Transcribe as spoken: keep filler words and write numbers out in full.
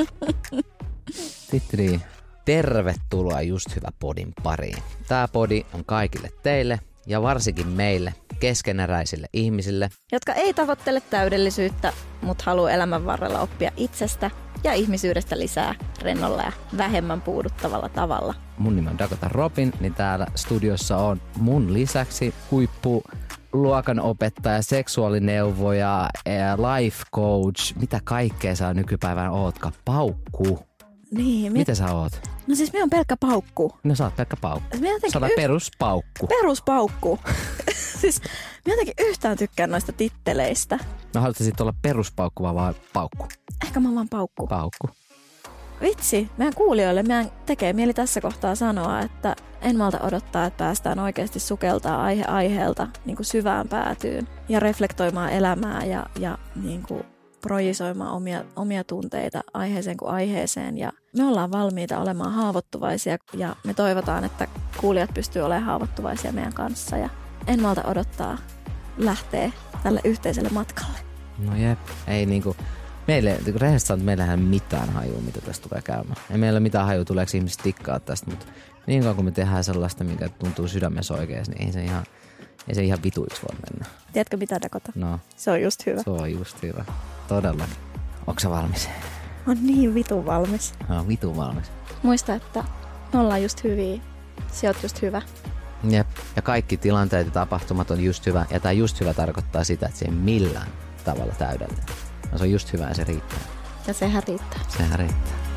Tittiri. Tervetuloa Just Hyvä podin pariin. Tää podi on kaikille teille ja varsinkin meille, keskeneräisille ihmisille, jotka ei tavoittele täydellisyyttä, mutta haluaa elämän varrella oppia itsestä ja ihmisyydestä lisää rennolla ja vähemmän puuduttavalla tavalla. Mun nimi on Dakota Robin, niin täällä studiossa on mun lisäksi huippu luokanopettaja, seksuaalineuvoja, life coach, mitä kaikkea sä nykypäivänä ootkaan. Paukku. Niin, Mitä sä oot? No siis me on pelkkä paukku. No sä oot pelkkä paukku. Sä oot y- peruspaukku. Peruspaukku. Siis mä jotenkin yhtään tykkään noista titteleistä. Mä haluaisin sit olla peruspaukku vai paukku? Ehkä mä oon vaan paukku. Paukku. Vitsi, meidän kuulijoille meidän tekee mieli tässä kohtaa sanoa, että en malta odottaa, että päästään oikeasti sukeltaa aihe aiheelta niin kuin syvään päätyyn ja reflektoimaan elämää ja, ja niin kuin projisoimaan omia, omia tunteita aiheeseen kuin aiheeseen. Ja me ollaan valmiita olemaan haavoittuvaisia ja me toivotaan, että kuulijat pystyy olemaan haavoittuvaisia meidän kanssa. Ja en malta odottaa lähteä tälle yhteiselle matkalle. No jep, ei niinku... Meille, rehellisesti sanotaan, että meillähän ei mitään hajua, mitä tästä tulee käymään. Ei meillä ole mitään hajua, tuleeko ihmiset tikkaa tästä, mutta niin kauan kun me tehdään sellaista, mikä tuntuu sydämessä oikein, niin ei se ihan, ei se ihan vituiksi voi mennä. Tiedätkö mitä, Dakota? No. Se on just hyvä. Se on just hyvä. Todellakin. Onko sä valmis? On niin vitun valmis. No, vitun valmis. Muista, että me ollaan just hyviä. Sä oot just hyvä. Jep. Ja kaikki tilanteet ja tapahtumat on just hyvä. Ja tää just hyvä tarkoittaa sitä, että se ei millään tavalla täydellinen. No se on just hyvä ja se riittää. Ja sehän riittää. Sehän riittää.